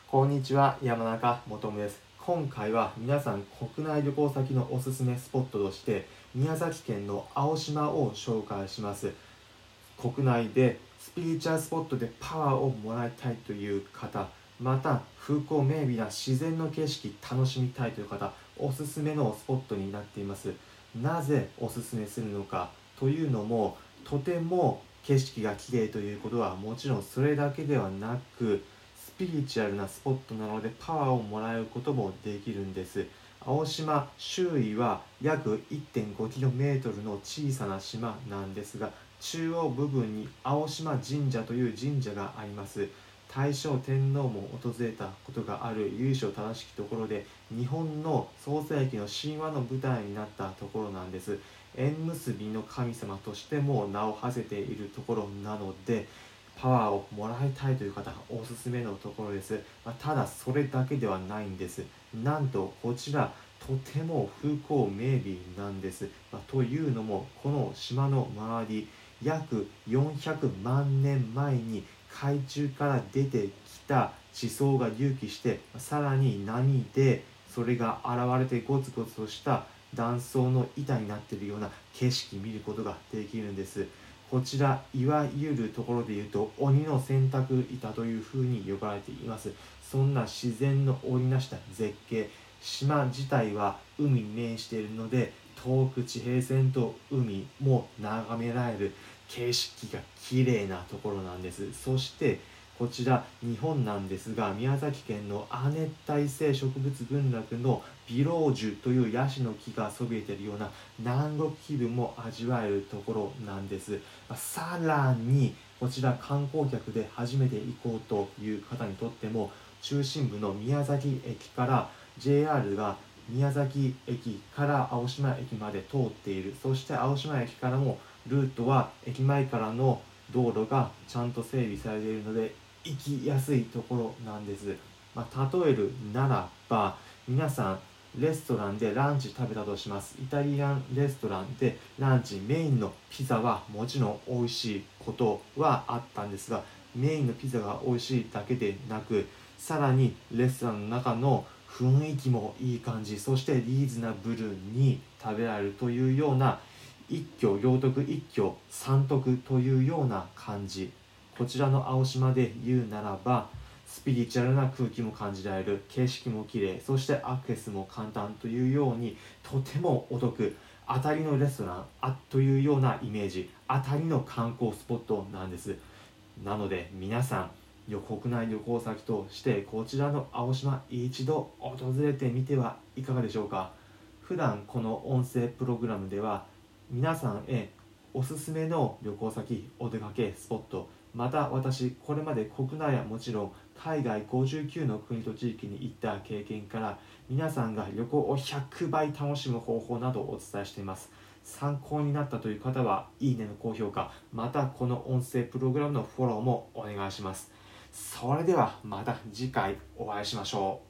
こんにちは、山中もとむです。今回は皆さん国内旅行先のおすすめスポットとして宮崎県の青島を紹介します。国内でスピリチュアルスポットでパワーをもらいたいという方、また風光明媚な自然の景色楽しみたいという方、おすすめのスポットになっています。なぜおすすめするのかというのも、とても景色が綺麗ということはもちろんそれだけではなく、スピリチュアルなスポットなのでパワーをもらえることもできるんです。青島周囲は約 1.5km の小さな島なんですが、中央部分に青島神社という神社があります。大正天皇も訪れたことがある由緒正しきところで、日本の創世記の神話の舞台になったところなんです。縁結びの神様としても名を馳せているところなので、パワーをもらいたいという方、おすすめのところです。ただそれだけではないんです。なんとこちらとても風光明媚なんです。というのも、この島の周り、約400万年前に海中から出てきた地層が隆起して、さらに波でそれが現れてゴツゴツとした断層の板になっているような景色見ることができるんです。こちらいわゆるところで言うと鬼の洗濯板というふうに呼ばれています。そんな自然の織りなした絶景、島自体は海に面しているので、遠く地平線と海も眺められる景色が綺麗なところなんです。そしてこちら日本なんですが、宮崎県の亜熱帯性植物群落のビロージュというヤシの木がそびえているような南国気分も味わえるところなんです。さらにこちら観光客で初めて行こうという方にとっても、中心部の宮崎駅から JR が宮崎駅から青島駅まで通っている。そして青島駅からもルートは駅前からの道路がちゃんと整備されているので行きやすいところなんです。例えるならば、皆さんレストランでランチ食べたとします。イタリアンレストランでランチメインのピザはもちろん美味しいことはあったんですが、メインのピザが美味しいだけでなく、さらにレストランの中の雰囲気もいい感じ、そしてリーズナブルに食べられるというような、一挙両得一挙三得というような感じ。こちらの青島で言うならば、スピリチュアルな空気も感じられる、景色も綺麗、そしてアクセスも簡単というように、とてもお得、当たりのレストランというようなイメージ、当たりの観光スポットなんです。なので皆さん、国内旅行先としてこちらの青島一度訪れてみてはいかがでしょうか。普段この音声プログラムでは皆さんへおすすめの旅行先、お出かけスポット、また私これまで国内はもちろん海外59の国と地域に行った経験から、皆さんが旅行を100倍楽しむ方法などをお伝えしています。参考になったという方はいいねの高評価、またこの音声プログラムのフォローもお願いします。それではまた次回お会いしましょう。